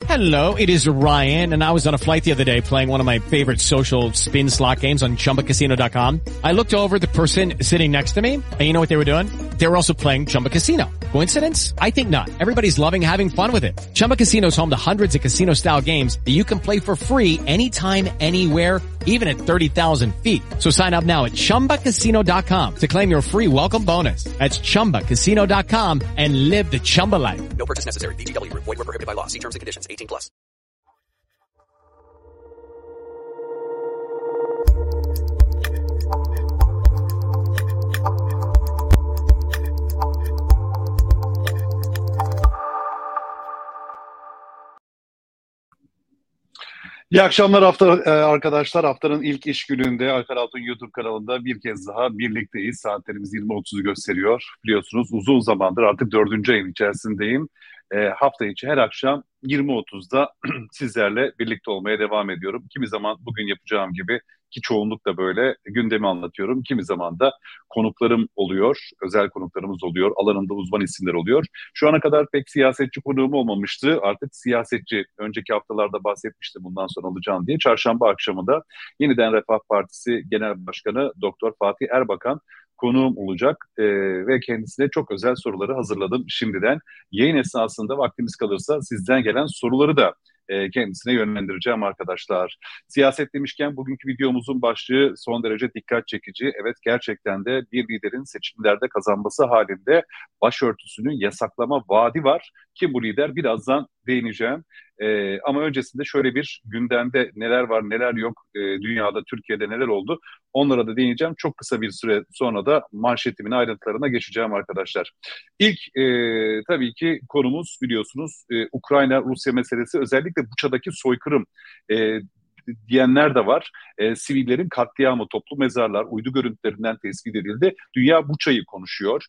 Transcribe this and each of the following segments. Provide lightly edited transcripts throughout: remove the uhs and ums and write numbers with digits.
Hello, it is Ryan, and I was on a flight the other day playing one of my favorite social spin slot games on ChumbaCasino.com. I looked over at the person sitting next to me, and you know what they were doing? They were also playing Chumba Casino. Coincidence? I think not. Everybody's loving having fun with it. Chumba Casino is home to hundreds of casino-style games that you can play for free anytime, anywhere, even at 30,000 feet. So sign up now at ChumbaCasino.com to claim your free welcome bonus. That's ChumbaCasino.com and live the Chumba life. No purchase necessary. VGW. Void where prohibited by law. See terms and conditions. 18+. İyi akşamlar arkadaşlar. Haftanın ilk iş gününde Alper Altun YouTube kanalında bir kez daha birlikteyiz. Saatlerimiz 20.30'u gösteriyor. Biliyorsunuz uzun zamandır artık 4. ayın içerisindeyim. Hafta içi her akşam 20.30'da sizlerle birlikte olmaya devam ediyorum. Kimi zaman bugün yapacağım gibi, ki çoğunlukla böyle gündemi anlatıyorum. Kimi zaman da konuklarım oluyor, özel konuklarımız oluyor, alanında uzman isimler oluyor. Şu ana kadar pek siyasetçi konuğum olmamıştı. Artık siyasetçi, önceki haftalarda bahsetmiştim bundan sonra olacağım diye. Çarşamba akşamı da yeniden Refah Partisi Genel Başkanı Doktor Fatih Erbakan konuğum olacak ve kendisine çok özel soruları hazırladım şimdiden. Yayın esnasında vaktimiz kalırsa sizden gelen soruları da kendisine yönlendireceğim arkadaşlar. Siyaset demişken bugünkü videomuzun başlığı son derece dikkat çekici. Evet, gerçekten de bir liderin seçimlerde kazanması halinde başörtüsünün yasaklama vaadi var ki bu lider, birazdan değineceğim. Ama öncesinde şöyle bir gündemde neler var neler yok, dünyada, Türkiye'de neler oldu, onlara da değineceğim. Çok kısa bir süre sonra da manşetimin ayrıntılarına geçeceğim arkadaşlar. İlk tabii ki konumuz, biliyorsunuz, Ukrayna-Rusya meselesi, özellikle Buça'daki soykırım diyenler de var. Sivillerin katliamı, toplu mezarlar uydu görüntülerinden tespit edildi. Dünya Buça'yı konuşuyor.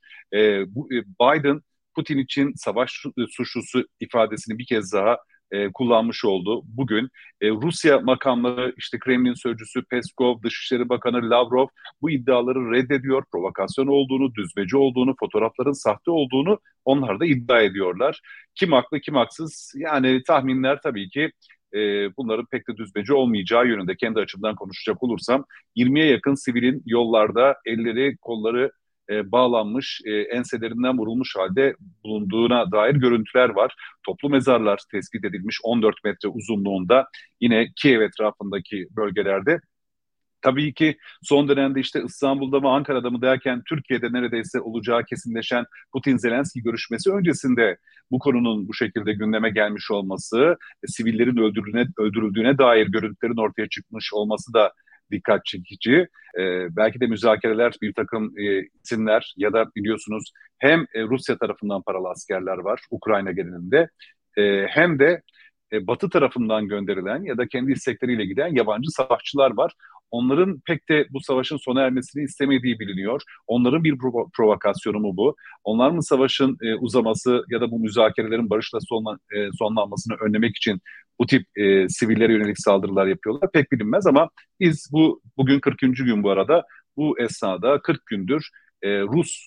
Biden, Putin için savaş suçlusu ifadesini bir kez daha kullanmış oldu. Bugün Rusya makamları, işte Kremlin sözcüsü Peskov, Dışişleri Bakanı Lavrov bu iddiaları reddediyor. Provokasyon olduğunu, düzmece olduğunu, fotoğrafların sahte olduğunu onlar da iddia ediyorlar. Kim haklı, kim haksız? Yani tahminler tabii ki bunların pek de düzmece olmayacağı yönünde. Kendi açımdan konuşacak olursam 20'ye yakın sivilin yollarda elleri, kolları bağlanmış, enselerinden vurulmuş halde bulunduğuna dair görüntüler var. Toplu mezarlar tespit edilmiş 14 metre uzunluğunda, yine Kiev etrafındaki bölgelerde. Tabii ki son dönemde işte İstanbul'da mı Ankara'da mı derken Türkiye'de neredeyse olacağı kesinleşen Putin-Zelenski görüşmesi öncesinde bu konunun bu şekilde gündeme gelmiş olması, sivillerin öldürüldüğüne dair görüntülerin ortaya çıkmış olması da dikkat çekici. Belki de müzakereler, bir takım isimler ya da biliyorsunuz hem Rusya tarafından paralı askerler var Ukrayna genelinde, hem de Batı tarafından gönderilen ya da kendi istekleriyle giden yabancı savaşçılar var. Onların pek de bu savaşın sona ermesini istemediği biliniyor. Onların bir provokasyonu mu bu? Onlar mı savaşın uzaması ya da bu müzakerelerin barışla sonlanmasını önlemek için bu tip sivillere yönelik saldırılar yapıyorlar? Pek bilinmez ama biz bugün 40. gün bu arada. Bu esnada 40 gündür Rus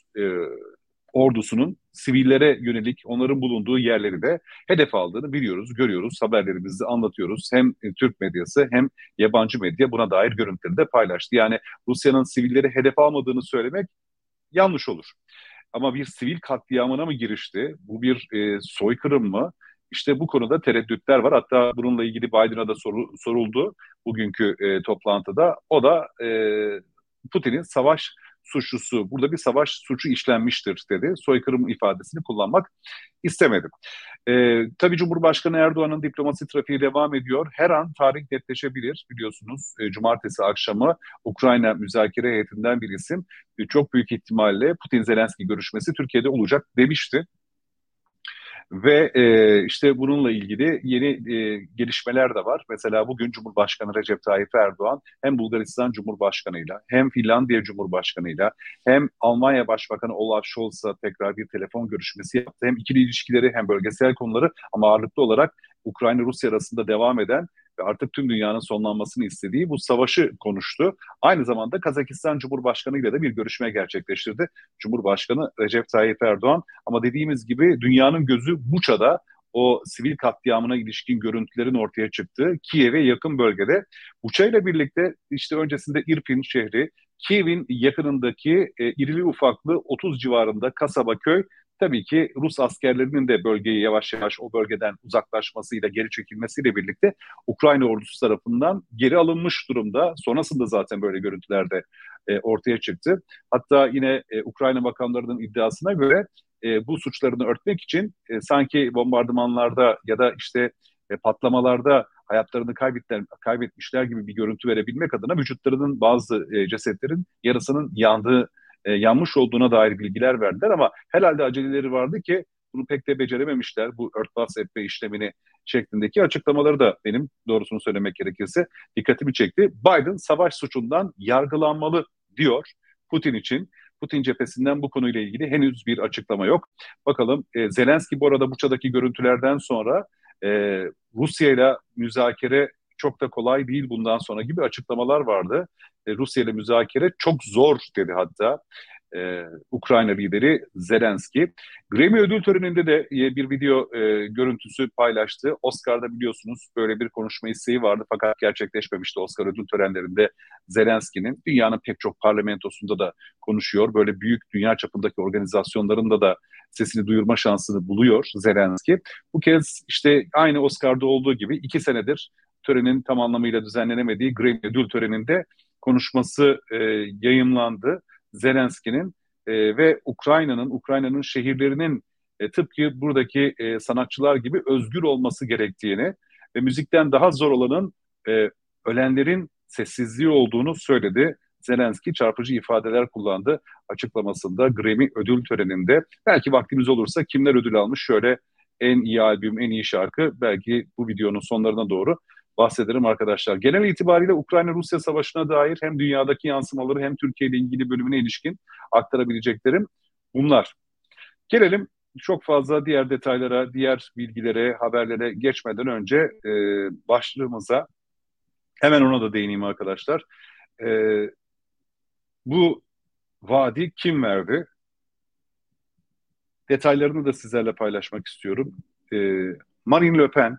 ordusunun sivillere yönelik onların bulunduğu yerleri de hedef aldığını biliyoruz, görüyoruz, haberlerimizde anlatıyoruz. Hem Türk medyası hem yabancı medya buna dair görüntüleri de paylaştı. Yani Rusya'nın sivilleri hedef almadığını söylemek yanlış olur. Ama bir sivil katliamına mı girişti? Bu bir soykırım mı? İşte bu konuda tereddütler var. Hatta bununla ilgili Biden'a da soruldu bugünkü toplantıda. O da Putin'in savaş suçlusu, burada bir savaş suçu işlenmiştir dedi. Soykırım ifadesini kullanmak istemedim. Tabii Cumhurbaşkanı Erdoğan'ın diplomasi trafiği devam ediyor. Her an tarih netleşebilir. Biliyorsunuz cumartesi akşamı Ukrayna müzakere heyetinden bir isim çok büyük ihtimalle Putin-Zelenski görüşmesi Türkiye'de olacak demişti. Ve işte bununla ilgili yeni gelişmeler de var. Mesela bugün Cumhurbaşkanı Recep Tayyip Erdoğan hem Bulgaristan Cumhurbaşkanı'yla hem Finlandiya Cumhurbaşkanı'yla hem Almanya Başbakanı Olaf Scholz'la tekrar bir telefon görüşmesi yaptı. Hem ikili ilişkileri hem bölgesel konuları, ama ağırlıklı olarak Ukrayna-Rusya arasında devam eden ve artık tüm dünyanın sonlanmasını istediği bu savaşı konuştu. Aynı zamanda Kazakistan Cumhurbaşkanı ile de bir görüşme gerçekleştirdi Cumhurbaşkanı Recep Tayyip Erdoğan. Ama dediğimiz gibi dünyanın gözü Buça'da. o sivil katliamına ilişkin görüntülerin ortaya çıktığı Kiev'e yakın bölgede. Buça'yla birlikte işte öncesinde İrpin şehri, Kiev'in yakınındaki irili ufaklı 30 civarında kasaba, köy, tabii ki Rus askerlerinin de bölgeyi yavaş yavaş o bölgeden uzaklaşmasıyla, geri çekilmesiyle birlikte Ukrayna ordusu tarafından geri alınmış durumda. Sonrasında zaten böyle görüntüler de ortaya çıktı. Hatta yine Ukrayna makamlarının iddiasına göre bu suçlarını örtmek için sanki bombardımanlarda ya da işte patlamalarda hayatlarını kaybetmişler gibi bir görüntü verebilmek adına vücutlarının bazı cesetlerin yarısının yanmış olduğuna dair bilgiler verdiler ama herhalde aceleleri vardı ki bunu pek de becerememişler. Bu örtbas etme işlemini şeklindeki açıklamaları da benim doğrusunu söylemek gerekirse dikkatimi çekti. Biden savaş suçundan yargılanmalı diyor Putin için. Putin cephesinden bu konuyla ilgili henüz bir açıklama yok. Bakalım Zelenski bu arada Buça'daki görüntülerden sonra Rusya ile müzakere çok da kolay değil bundan sonra gibi açıklamalar vardı. Rusya ile müzakere çok zor dedi hatta Ukrayna lideri Zelenski. Grammy ödül töreninde de bir video görüntüsü paylaştı. Oscar'da biliyorsunuz böyle bir konuşma isteği vardı fakat gerçekleşmemişti Oscar ödül törenlerinde Zelenski'nin. Dünyanın pek çok parlamentosunda da konuşuyor. Böyle büyük dünya çapındaki organizasyonlarında da sesini duyurma şansını buluyor Zelenski. Bu kez işte aynı Oscar'da olduğu gibi 2 senedir törenin tam anlamıyla düzenlenemediği Grammy ödül töreninde konuşması yayımlandı. Zelenski'nin ve Ukrayna'nın şehirlerinin tıpkı buradaki sanatçılar gibi özgür olması gerektiğini ve müzikten daha zor olanın ölenlerin sessizliği olduğunu söyledi. Zelenski çarpıcı ifadeler kullandı açıklamasında Grammy ödül töreninde. Belki vaktimiz olursa kimler ödül almış şöyle en iyi albüm, en iyi şarkı belki bu videonun sonlarına doğru bahsederim arkadaşlar. Genel itibariyle Ukrayna-Rusya savaşına dair hem dünyadaki yansımaları hem Türkiye ile ilgili bölümüne ilişkin aktarabileceklerim bunlar. Gelelim çok fazla diğer detaylara, diğer bilgilere, haberlere geçmeden önce başlığımıza hemen ona da değineyim arkadaşlar. Bu vaadi kim verdi? Detaylarını da sizlerle paylaşmak istiyorum. Marine Le Pen,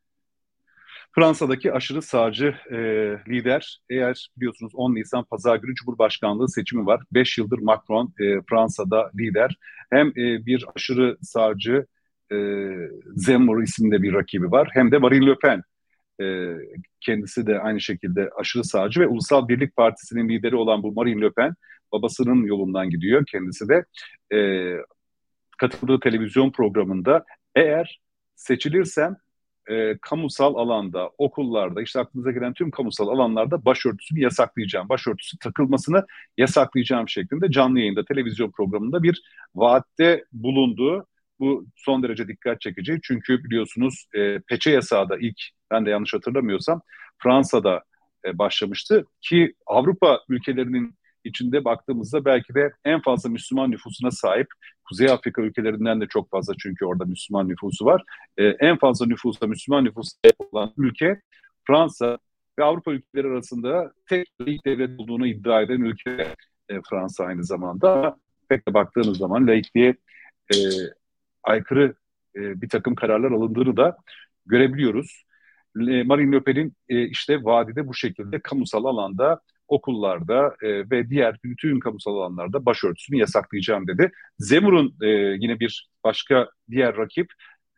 Fransa'daki aşırı sağcı lider, eğer biliyorsunuz 10 Nisan Pazar günü Cumhurbaşkanlığı seçimi var. 5 yıldır Macron Fransa'da lider. Hem bir aşırı sağcı Zemmour isimli bir rakibi var hem de Marine Le Pen. Kendisi de aynı şekilde aşırı sağcı ve Ulusal Birlik Partisi'nin lideri olan bu Marine Le Pen babasının yolundan gidiyor. Kendisi de katıldığı televizyon programında eğer seçilirsem kamusal alanda, okullarda, işte aklınıza gelen tüm kamusal alanlarda başörtüsünü yasaklayacağım, başörtüsü takılmasını yasaklayacağım şeklinde canlı yayında televizyon programında bir vaatte bulunduğu bu son derece dikkat çekici. Çünkü biliyorsunuz peçe yasağı da ilk ben de yanlış hatırlamıyorsam Fransa'da başlamıştı ki Avrupa ülkelerinin içinde baktığımızda belki de en fazla Müslüman nüfusuna sahip Kuzey Afrika ülkelerinden de çok fazla çünkü orada Müslüman nüfusu var. En fazla Müslüman nüfusu olan ülke Fransa ve Avrupa ülkeleri arasında tek laik devlet olduğunu iddia eden ülke Fransa aynı zamanda. Pek de baktığınız zaman laikliğe aykırı bir takım kararlar alındığını da görebiliyoruz. Marine Le Pen'in işte vadide bu şekilde kamusal alanda, okullarda ve diğer bütün kamusal alanlarda başörtüsünü yasaklayacağım dedi. Zemmour'un yine bir başka diğer rakip,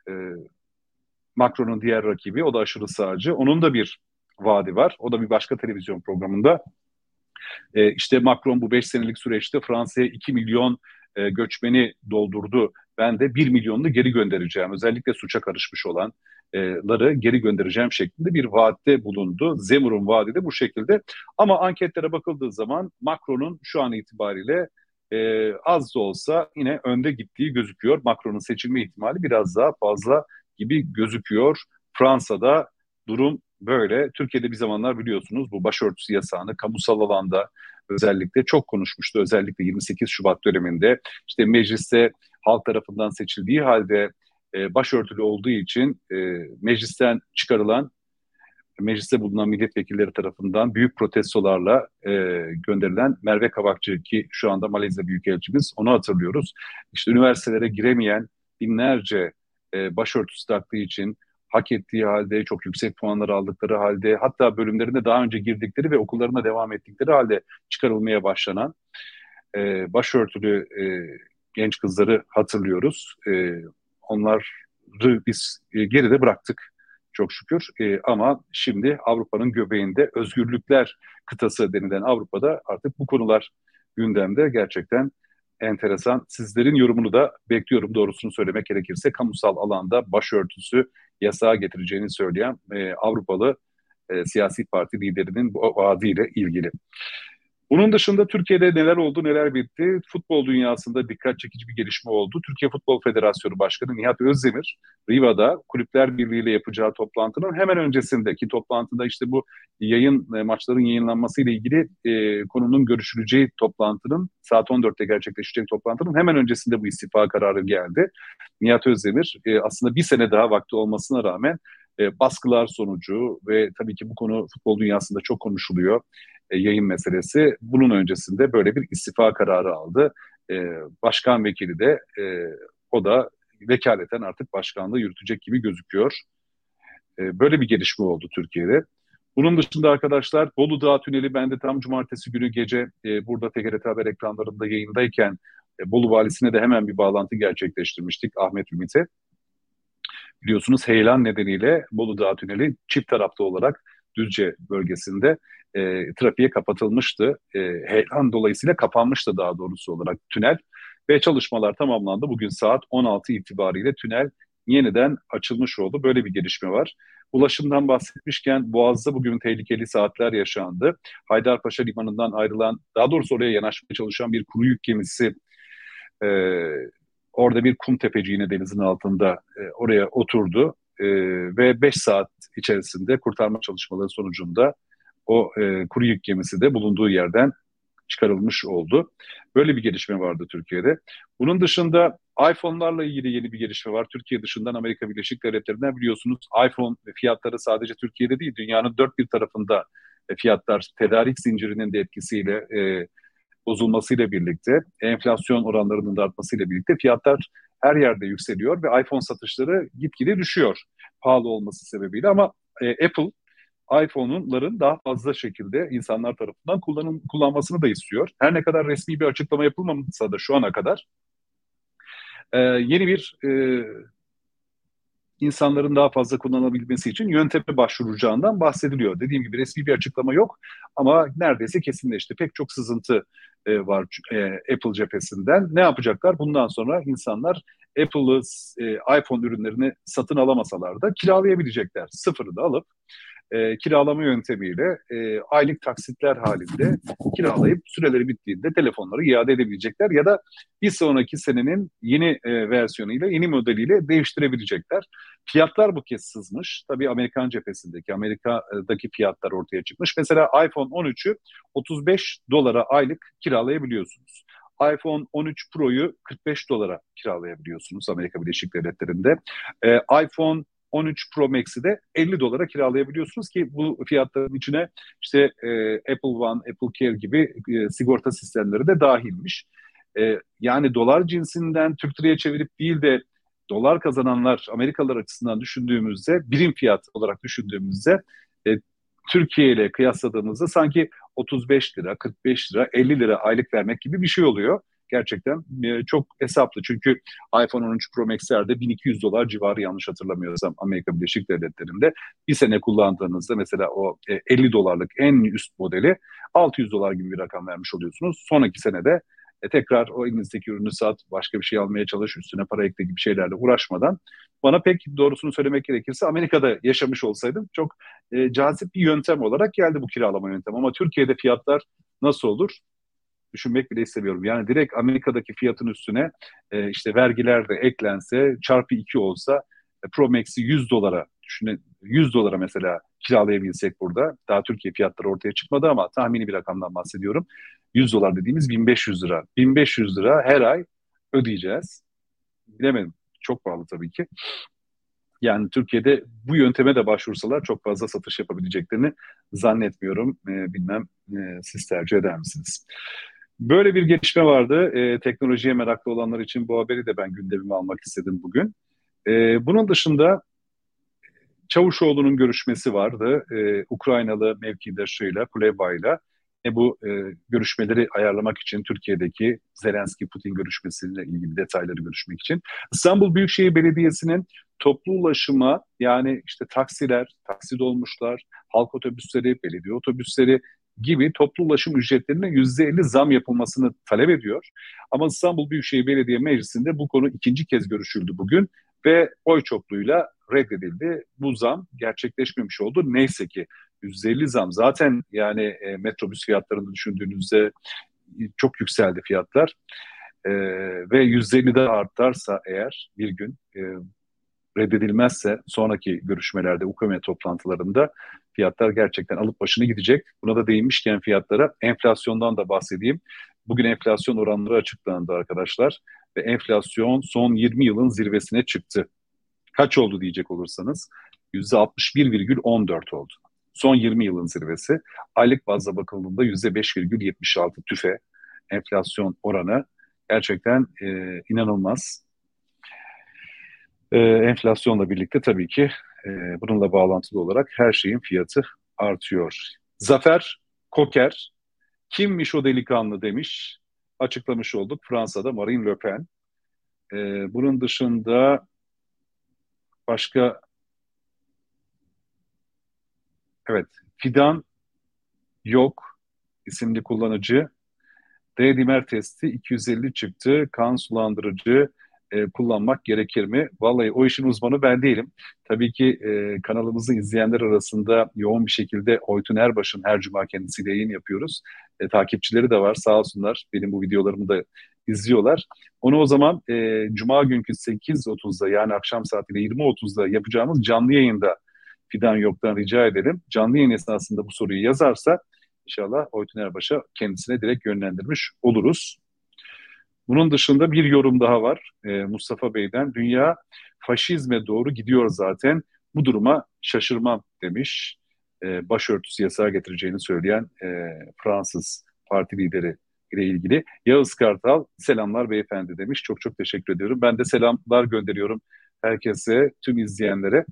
Macron'un diğer rakibi, o da aşırı sağcı. Onun da bir vaadi var. O da bir başka televizyon programında. İşte Macron bu 5 senelik süreçte Fransa'ya 2 milyon göçmeni doldurdu. Ben de 1 milyonunu geri göndereceğim. Özellikle suça karışmış olanları geri göndereceğim şeklinde bir vaatte bulundu. Zemmour'un vaadi de bu şekilde. Ama anketlere bakıldığı zaman Macron'un şu an itibariyle az da olsa yine önde gittiği gözüküyor. Macron'un seçilme ihtimali biraz daha fazla gibi gözüküyor. Fransa'da durum böyle. Türkiye'de bir zamanlar biliyorsunuz bu başörtüsü yasağını kamusal alanda özellikle çok konuşmuştu. Özellikle 28 Şubat döneminde işte mecliste halk tarafından seçildiği halde başörtülü olduğu için meclisten çıkarılan, mecliste bulunan milletvekilleri tarafından büyük protestolarla gönderilen Merve Kavakçı ki şu anda Malezya Büyükelçimiz, onu hatırlıyoruz. İşte üniversitelere giremeyen binlerce başörtüsü taktığı için hak ettiği halde, çok yüksek puanlar aldıkları halde, hatta bölümlerinde daha önce girdikleri ve okullarına devam ettikleri halde çıkarılmaya başlanan başörtülü genç kızları hatırlıyoruz. Onları biz geride bıraktık çok şükür. Ama şimdi Avrupa'nın göbeğinde özgürlükler kıtası denilen Avrupa'da artık bu konular gündemde. Gerçekten enteresan. Sizlerin yorumunu da bekliyorum. Doğrusunu söylemek gerekirse kamusal alanda başörtüsü yasağa getireceğini söyleyen Avrupalı siyasi parti liderinin bu vaadiyle ilgili. Bunun dışında Türkiye'de neler oldu, neler bitti? Futbol dünyasında dikkat çekici bir gelişme oldu. Türkiye Futbol Federasyonu Başkanı Nihat Özdemir, Riva'da Kulüpler Birliği ile yapacağı toplantının hemen öncesindeki toplantıda işte bu maçların yayınlanması ile ilgili konunun görüşüleceği toplantının saat 14'te gerçekleşecek toplantının hemen öncesinde bu istifa kararı geldi. Nihat Özdemir aslında bir sene daha vakti olmasına rağmen baskılar sonucu ve tabii ki bu konu futbol dünyasında çok konuşuluyor. Yayın meselesi. Bunun öncesinde böyle bir istifa kararı aldı. Başkan vekili de o da vekaleten artık başkanlığı yürütecek gibi gözüküyor. Böyle bir gelişme oldu Türkiye'de. Bunun dışında arkadaşlar Bolu Dağı Tüneli, ben de tam cumartesi günü gece burada TGRT Haber ekranlarında yayındayken Bolu Valisi'ne de hemen bir bağlantı gerçekleştirmiştik Ahmet Ümit'e. Biliyorsunuz heyelan nedeniyle Bolu Dağı Tüneli çift taraflı olarak Düzce bölgesinde trafiğe kapatılmıştı. Heyelan dolayısıyla kapanmıştı daha doğrusu olarak tünel ve çalışmalar tamamlandı. Bugün saat 16 itibariyle tünel yeniden açılmış oldu. Böyle bir gelişme var. Ulaşımdan bahsetmişken Boğaz'da bugün tehlikeli saatler yaşandı. Haydarpaşa Limanı'ndan ayrılan, daha doğrusu oraya yanaşmaya çalışan bir kuru yük gemisi orada bir kum tepeciğine denizin altında oraya oturdu ve 5 saat içerisinde kurtarma çalışmaları sonucunda o kuru yük gemisi de bulunduğu yerden çıkarılmış oldu. Böyle bir gelişme vardı Türkiye'de. Bunun dışında iPhone'larla ilgili yeni bir gelişme var. Türkiye dışından Amerika Birleşik Devletleri'nden biliyorsunuz iPhone fiyatları sadece Türkiye'de değil dünyanın dört bir tarafında fiyatlar tedarik zincirinin de etkisiyle bozulmasıyla birlikte, enflasyon oranlarının da artmasıyla birlikte fiyatlar her yerde yükseliyor ve iPhone satışları gitgide düşüyor pahalı olması sebebiyle ama Apple iPhone'ların daha fazla şekilde insanlar tarafından kullanmasını da istiyor. Her ne kadar resmi bir açıklama yapılmamışsa da şu ana kadar yeni bir insanların daha fazla kullanabilmesi için yönteme başvuracağından bahsediliyor. Dediğim gibi resmi bir açıklama yok ama neredeyse kesinleşti. Pek çok sızıntı var Apple cephesinden. Ne yapacaklar? Bundan sonra insanlar Apple'ı iPhone ürünlerini satın alamasalar da kiralayabilecekler. Sıfırı da alıp kiralama yöntemiyle aylık taksitler halinde kiralayıp süreleri bittiğinde telefonları iade edebilecekler ya da bir sonraki senenin yeni versiyonuyla, yeni modeliyle değiştirebilecekler. Fiyatlar bu kez sızmış. Tabii Amerika'daki fiyatlar ortaya çıkmış. Mesela iPhone 13'ü 35 dolara aylık kiralayabiliyorsunuz. iPhone 13 Pro'yu 45 dolara kiralayabiliyorsunuz Amerika Birleşik Devletleri'nde. iPhone 13 Pro Max'i de 50 dolara kiralayabiliyorsunuz ki bu fiyatların içine işte Apple One, Apple Care gibi sigorta sistemleri de dahilmiş. Yani dolar cinsinden Türk liraya çevirip değil de dolar kazananlar Amerikalılar açısından düşündüğümüzde, birim fiyat olarak düşündüğümüzde Türkiye ile kıyasladığımızda sanki 35 lira, 45 lira, 50 lira aylık vermek gibi bir şey oluyor. Gerçekten çok hesaplı. Çünkü iPhone 13 Pro Max'lerde 1200 dolar civarı yanlış hatırlamıyorsam Amerika Birleşik Devletleri'nde bir sene kullandığınızda mesela o 50 dolarlık en üst modeli 600 dolar gibi bir rakam vermiş oluyorsunuz. Sonraki senede tekrar o elinizdeki ürünü sat, başka bir şey almaya çalış, üstüne para ekle gibi şeylerle uğraşmadan bana pek doğrusunu söylemek gerekirse Amerika'da yaşamış olsaydım çok cazip bir yöntem olarak geldi bu kiralama yöntemi. Ama Türkiye'de fiyatlar nasıl olur? Düşünmek bile istemiyorum. Yani direkt Amerika'daki fiyatın üstüne işte vergiler de eklense çarpı 2 olsa Pro Max'i 100 dolara 100 dolara mesela kiralayabilsek burada. Daha Türkiye fiyatları ortaya çıkmadı ama tahmini bir rakamdan bahsediyorum. 100 dolar dediğimiz 1500 lira. 1500 lira her ay ödeyeceğiz. Bilemedim. Çok pahalı tabii ki. Yani Türkiye'de bu yönteme de başvursalar çok fazla satış yapabileceklerini zannetmiyorum. Bilmem siz tercih eder misiniz? Böyle bir gelişme vardı. Teknolojiye meraklı olanlar için bu haberi de ben gündemime almak istedim bugün. Bunun dışında Çavuşoğlu'nun görüşmesi vardı. Ukraynalı mevkidaşıyla, Kuleba'yla. Bu görüşmeleri ayarlamak için Türkiye'deki Zelenski-Putin görüşmesiyle ilgili detayları görüşmek için. İstanbul Büyükşehir Belediyesi'nin toplu ulaşıma yani işte taksiler, taksi dolmuşlar, halk otobüsleri, belediye otobüsleri gibi toplu ulaşım ücretlerine %50 zam yapılmasını talep ediyor. Ama İstanbul Büyükşehir Belediye Meclisi'nde bu konu ikinci kez görüşüldü bugün ve oy çokluğuyla reddedildi. Bu zam gerçekleşmemiş oldu. Neyse ki %50 zam zaten yani metrobüs fiyatlarını düşündüğünüzde çok yükseldi fiyatlar. Ve %50 daha artarsa eğer bir gün reddedilmezse sonraki görüşmelerde UKM toplantılarında fiyatlar gerçekten alıp başını gidecek. Buna da değinmişken fiyatlara enflasyondan da bahsedeyim. Bugün enflasyon oranları açıklandı arkadaşlar ve enflasyon son 20 yılın zirvesine çıktı. Kaç oldu diyecek olursanız %61,14 oldu. Son 20 yılın zirvesi. Aylık bazda bakıldığında %5,76 tüfe enflasyon oranı gerçekten inanılmaz. Enflasyonla birlikte tabii ki bununla bağlantılı olarak her şeyin fiyatı artıyor. Zafer Koker, kimmiş o delikanlı demiş, açıklamış olduk. Fransa'da Marine Le Pen. Bunun dışında başka, evet, Fidan Yok isimli kullanıcı D-dimer testi 250 çıktı. Kan sulandırıcı kullanmak gerekir mi? Vallahi o işin uzmanı ben değilim. Tabii ki kanalımızı izleyenler arasında yoğun bir şekilde Oytun Erbaş'ın her cuma kendisiyle yayın yapıyoruz. Takipçileri de var sağ olsunlar. Benim bu videolarımı da izliyorlar. Onu o zaman cuma günkü 8.30'da yani akşam saatiyle 20.30'da yapacağımız canlı yayında Fidan Yok'tan rica edelim. Canlı yayın esnasında bu soruyu yazarsa İnşallah Oytun Erbaş'a kendisine direkt yönlendirmiş oluruz. Bunun dışında bir yorum daha var Mustafa Bey'den. Dünya faşizme doğru gidiyor zaten. Bu duruma şaşırmam demiş. Başörtüsü yasağı getireceğini söyleyen Fransız parti lideri ile ilgili. Yağız Kartal selamlar beyefendi demiş. Çok çok teşekkür ediyorum. Ben de selamlar gönderiyorum herkese, tüm izleyenlere.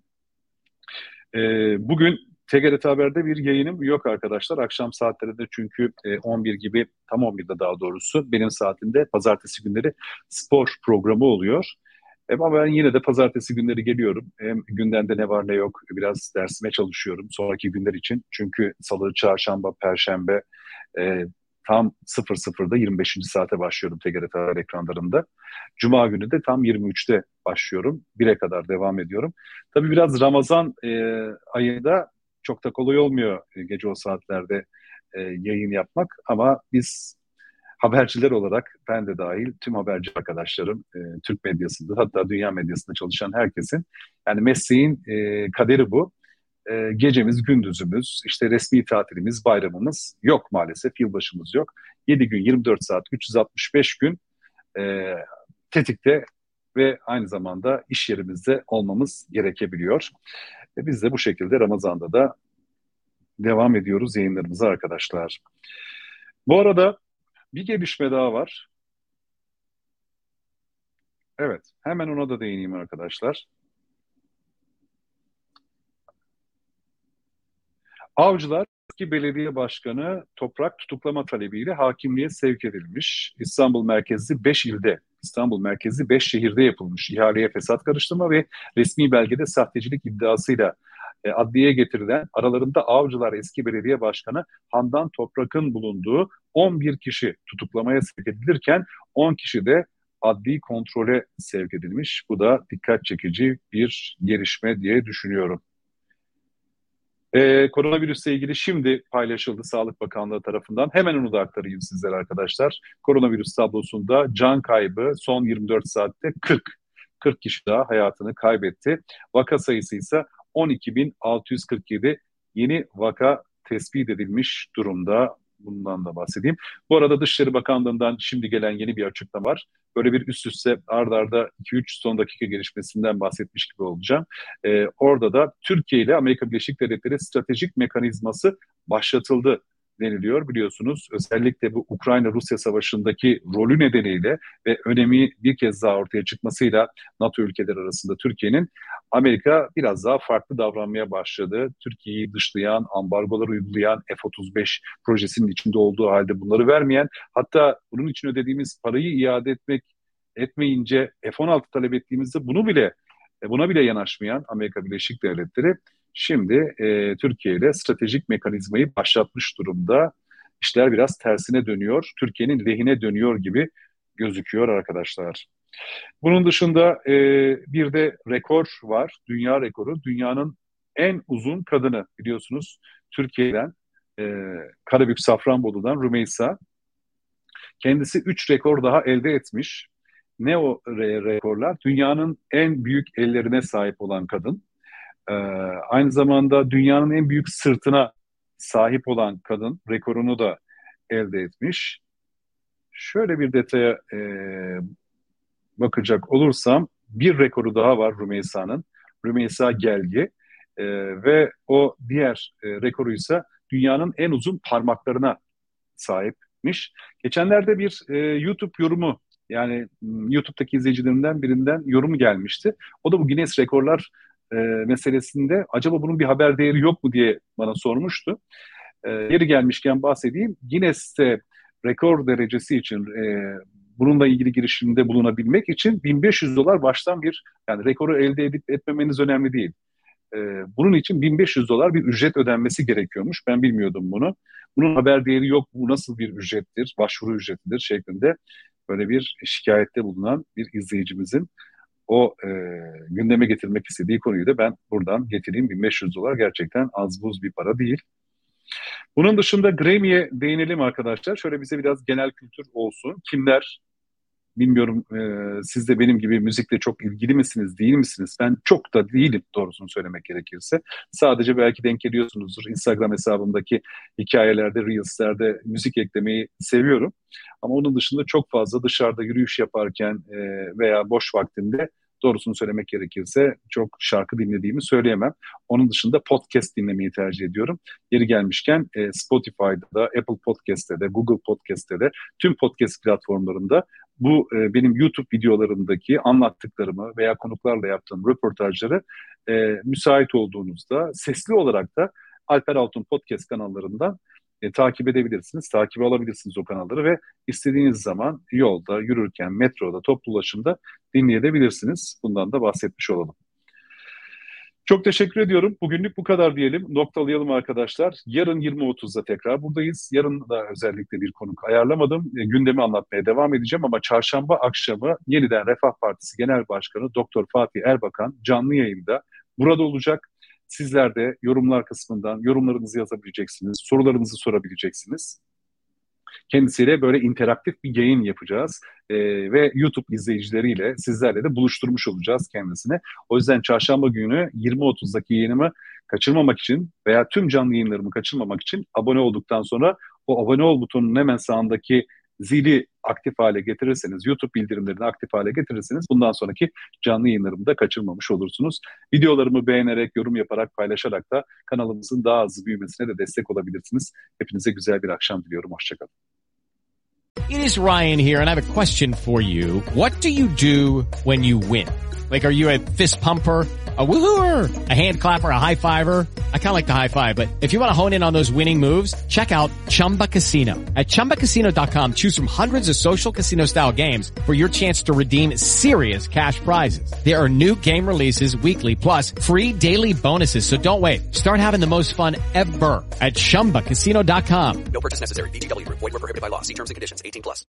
Bugün TGRT Haber'de bir yayınım yok arkadaşlar. Akşam saatlerinde çünkü 11 gibi, tam 11'de daha doğrusu benim saatimde pazartesi günleri spor programı oluyor. Ama ben yine de pazartesi günleri geliyorum. Hem gündemde ne var ne yok biraz dersime çalışıyorum sonraki günler için. Çünkü salı, çarşamba, perşembe tam 00'da 25. saate başlıyorum TGRT Haber ekranlarında. Cuma günü de tam 23'te başlıyorum. 1'e kadar devam ediyorum. Tabii biraz Ramazan ayında çok da kolay olmuyor gece o saatlerde yayın yapmak. Ama biz haberciler olarak ben de dahil tüm haberci arkadaşlarım Türk medyasında hatta dünya medyasında çalışan herkesin yani mesleğin kaderi bu. Gecemiz, gündüzümüz, işte resmi tatilimiz, bayramımız yok maalesef. Yılbaşımız yok. 7 gün, 24 saat, 365 gün e, tetikte ve aynı zamanda iş yerimizde olmamız gerekebiliyor. Biz de bu şekilde Ramazan'da da devam ediyoruz yayınlarımıza arkadaşlar. Bu arada bir gelişme daha var. Evet, hemen ona da değineyim arkadaşlar. Avcılar eski belediye başkanı toprak tutuklama talebiyle hakimliğe sevk edilmiş. İstanbul merkezli 5 şehirde yapılmış ihaleye fesat karıştırma ve resmi belgede sahtecilik iddiasıyla adliyeye getirilen aralarında Avcılar eski belediye başkanı Handan Toprak'ın bulunduğu 11 kişi tutuklamaya sevk edilirken 10 kişi de adli kontrole sevk edilmiş. Bu da dikkat çekici bir gelişme diye düşünüyorum. Koronavirüsle ilgili şimdi paylaşıldı Sağlık Bakanlığı tarafından. Hemen onu da aktarayım sizlere arkadaşlar. Koronavirüs tablosunda can kaybı son 24 saatte 40 kişi daha hayatını kaybetti. Vaka sayısı ise 12.647 yeni vaka tespit edilmiş durumda. Bundan da bahsedeyim. Bu arada Dışişleri Bakanlığı'ndan şimdi gelen yeni bir açıklama var. Böyle bir üst üste ard arda 2-3 son dakika gelişmesinden bahsetmiş gibi olacağım. Orada da Türkiye ile Amerika Birleşik Devletleri stratejik mekanizması başlatıldı deniliyor biliyorsunuz. Özellikle bu Ukrayna-Rusya savaşındaki rolü nedeniyle ve önemi bir kez daha ortaya çıkmasıyla NATO ülkeleri arasında Türkiye'nin, Amerika biraz daha farklı davranmaya başladı. Türkiye'yi dışlayan, ambargolar uygulayan, F-35 projesinin içinde olduğu halde bunları vermeyen, hatta bunun için ödediğimiz parayı iade etmeyince F-16 talep ettiğimizde buna bile yanaşmayan Amerika Birleşik Devletleri şimdi Türkiye ile stratejik mekanizmayı başlatmış durumda. İşler biraz tersine dönüyor, Türkiye'nin lehine dönüyor gibi gözüküyor arkadaşlar. Bunun dışında bir de rekor var, dünya rekoru. Dünyanın en uzun kadını biliyorsunuz Türkiye'den, Karabük Safranbolu'dan Rümeysa. Kendisi 3 rekor daha elde etmiş. Ne o rekorlar? Dünyanın en büyük ellerine sahip olan kadın. Aynı zamanda dünyanın en büyük sırtına sahip olan kadın rekorunu da elde etmiş. Şöyle bir detaya bakacak olursam bir rekoru daha var Rümeysa'nın. Rümeysa Gelgi. Ve o diğer rekoruysa dünyanın en uzun parmaklarına sahipmiş. Geçenlerde bir YouTube yorumu, yani YouTube'daki izleyicilerimden birinden yorumu gelmişti. O da bu Guinness Rekorlar meselesinde acaba bunun bir haber değeri yok mu diye bana sormuştu. Yeri gelmişken bahsedeyim. Guinness'te rekor derecesi için bununla ilgili girişimde bulunabilmek için $1.500 baştan yani rekoru elde edip etmemeniz önemli değil. Bunun için $1.500 bir ücret ödenmesi gerekiyormuş. Ben bilmiyordum bunu. Bunun haber değeri yok. Bu nasıl bir ücrettir, başvuru ücretidir şeklinde böyle bir şikayette bulunan bir izleyicimizin o gündeme getirmek istediği konuyu da ben buradan getireyim. $1.500 gerçekten az buz bir para değil. Bunun dışında Grammy'ye değinelim arkadaşlar. Şöyle bize biraz genel kültür olsun. Kimler, bilmiyorum, siz de benim gibi müzikle çok ilgili misiniz, değil misiniz? Ben çok da değilim doğrusunu söylemek gerekirse. Sadece belki denk geliyorsunuzdur. Instagram hesabımdaki hikayelerde, Reels'lerde müzik eklemeyi seviyorum. Ama onun dışında çok fazla dışarıda yürüyüş yaparken veya boş vaktimde doğrusunu söylemek gerekirse çok şarkı dinlediğimi söyleyemem. Onun dışında podcast dinlemeyi tercih ediyorum. Yeri gelmişken Spotify'da da, Apple Podcast'te de, Google Podcast'te de, tüm podcast platformlarında bu benim YouTube videolarındaki anlattıklarımı veya konuklarla yaptığım röportajları müsait olduğunuzda sesli olarak da Alper Altun Podcast kanallarından takip edebilirsiniz, takip alabilirsiniz o kanalları ve istediğiniz zaman yolda, yürürken, metroda, toplu ulaşımda dinleyebilirsiniz. Bundan da bahsetmiş olalım. Çok teşekkür ediyorum. Bugünlük bu kadar diyelim. Noktalayalım arkadaşlar. Yarın 20.30'da tekrar buradayız. Yarın da özellikle bir konuk ayarlamadım. Gündemi anlatmaya devam edeceğim ama çarşamba akşamı yeniden Refah Partisi Genel Başkanı Doktor Fatih Erbakan canlı yayında burada olacak. Sizler de yorumlar kısmından yorumlarınızı yazabileceksiniz, sorularınızı sorabileceksiniz. Kendisiyle böyle interaktif bir yayın yapacağız ve YouTube izleyicileriyle sizlerle de buluşturmuş olacağız kendisini. O yüzden çarşamba günü 20.30'daki yayınımı kaçırmamak için veya tüm canlı yayınlarımı kaçırmamak için abone olduktan sonra o abone ol butonunun hemen sağındaki zili aktif hale getirirseniz, YouTube bildirimlerini aktif hale getirirseniz bundan sonraki canlı yayınlarımı da kaçırmamış olursunuz. Videolarımı beğenerek, yorum yaparak, paylaşarak da kanalımızın daha hızlı büyümesine de destek olabilirsiniz. Hepinize güzel bir akşam diliyorum. Hoşçakalın. It is Ryan here, and I have a question for you. What do you do when you win? Like, are you a fist pumper, a woo-hooer, a hand clapper, a high-fiver? I kind of like the high-five, but if you want to hone in on those winning moves, check out Chumba Casino. At ChumbaCasino.com, choose from hundreds of social casino-style games for your chance to redeem serious cash prizes. There are new game releases weekly, plus free daily bonuses, so don't wait. Start having the most fun ever at ChumbaCasino.com. No purchase necessary. VGW Group. Void where prohibited by law. See terms and conditions. 18+.